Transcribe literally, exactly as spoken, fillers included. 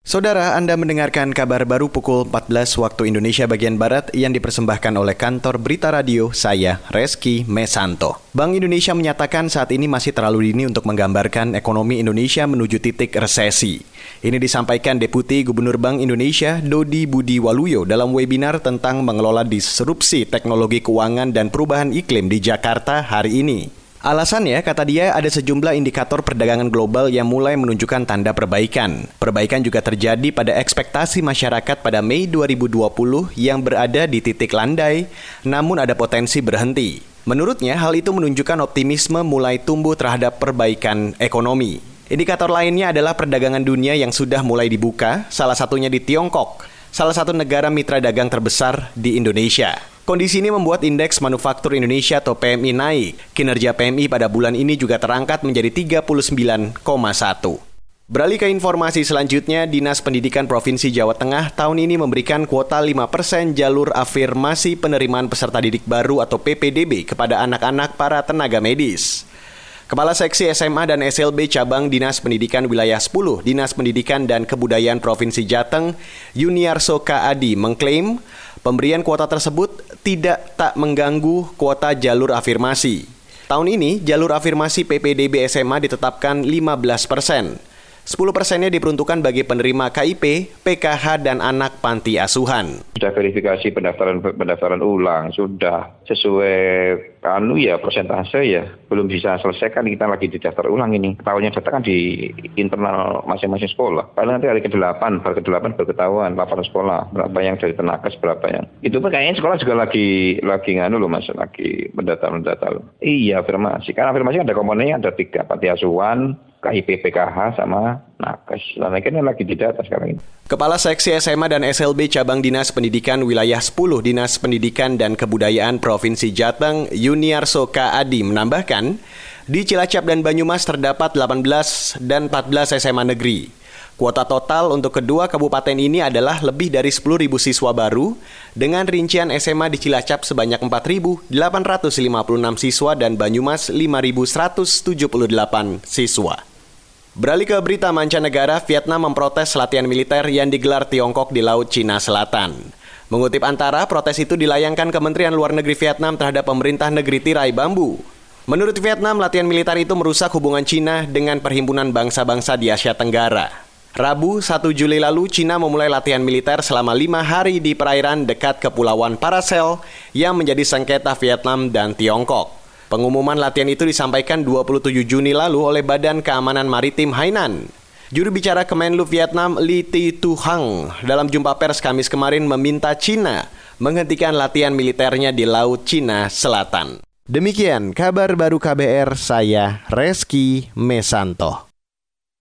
Saudara, Anda mendengarkan kabar baru pukul empat belas waktu Indonesia bagian Barat yang dipersembahkan oleh kantor Berita Radio, saya, Reski Mesanto. Bank Indonesia menyatakan saat ini masih terlalu dini untuk menggambarkan ekonomi Indonesia menuju titik resesi. Ini disampaikan Deputi Gubernur Bank Indonesia, Dodi Budi Waluyo, dalam webinar tentang mengelola disrupsi teknologi keuangan dan perubahan iklim di Jakarta hari ini. Alasannya, kata dia, ada sejumlah indikator perdagangan global yang mulai menunjukkan tanda perbaikan. Perbaikan juga terjadi pada ekspektasi masyarakat pada Mei dua ribu dua puluh yang berada di titik landai, namun ada potensi berhenti. Menurutnya, hal itu menunjukkan optimisme mulai tumbuh terhadap perbaikan ekonomi. Indikator lainnya adalah perdagangan dunia yang sudah mulai dibuka, salah satunya di Tiongkok, salah satu negara mitra dagang terbesar di Indonesia. Kondisi ini membuat indeks manufaktur Indonesia atau P M I naik. Kinerja P M I pada bulan ini juga terangkat menjadi tiga puluh sembilan koma satu. Beralih ke informasi selanjutnya, Dinas Pendidikan Provinsi Jawa Tengah tahun ini memberikan kuota lima persen jalur afirmasi penerimaan peserta didik baru atau P P D B kepada anak-anak para tenaga medis. Kepala Seksi S M A dan S L B Cabang Dinas Pendidikan Wilayah sepuluh, Dinas Pendidikan dan Kebudayaan Provinsi Jateng, Yuniarso K. Adi, mengklaim pemberian kuota tersebut tidak tak mengganggu kuota jalur afirmasi. Tahun ini, jalur afirmasi P P D B S M A ditetapkan lima belas persen. sepuluh persennya diperuntukkan bagi penerima K I P, P K H, dan anak panti asuhan. Sudah verifikasi pendaftaran pendaftaran ulang, sudah sesuai anu ya persentase ya, belum bisa selesaikan, kita lagi didaftar ulang ini. Ketahuannya data kan di internal masing-masing sekolah. Paling nanti hari ke delapan, hari ke delapan berketahuan laporan sekolah, berapa yang dari Tenagas, berapa yang. Itu pun kayaknya sekolah juga lagi lagi nganu loh Mas, lagi mendata-mendata. Iya, afirmasi. Karena afirmasi ada komponennya, ada tiga, panti asuhan, K I P, P K H, sama nakes. Nah, ini lagi didata sekarang ini. Kepala Seksi S M A dan S L B Cabang Dinas Pendidikan Wilayah sepuluh, Dinas Pendidikan dan Kebudayaan Provinsi Jateng, Yuniarso K. Adi, menambahkan, di Cilacap dan Banyumas terdapat delapan belas dan empat belas S M A negeri. Kuota total untuk kedua kabupaten ini adalah lebih dari sepuluh ribu siswa baru, dengan rincian S M A di Cilacap sebanyak empat ribu delapan ratus lima puluh enam siswa dan Banyumas lima ribu seratus tujuh puluh delapan siswa. Beralih ke berita mancanegara, Vietnam memprotes latihan militer yang digelar Tiongkok di Laut Cina Selatan. Mengutip Antara, protes itu dilayangkan Kementerian Luar Negeri Vietnam terhadap pemerintah negeri tirai bambu. Menurut Vietnam, latihan militer itu merusak hubungan Cina dengan Perhimpunan Bangsa-Bangsa di Asia Tenggara. Rabu, satu Juli lalu, Cina memulai latihan militer selama lima hari di perairan dekat Kepulauan Paracel yang menjadi sengketa Vietnam dan Tiongkok. Pengumuman latihan itu disampaikan dua puluh tujuh Juni lalu oleh Badan Keamanan Maritim Hainan. Juru bicara Kemenlu Vietnam Ly Thi Tu Hang dalam jumpa pers Kamis kemarin meminta Cina menghentikan latihan militernya di Laut Cina Selatan. Demikian kabar baru K B R, saya Reski Mesanto.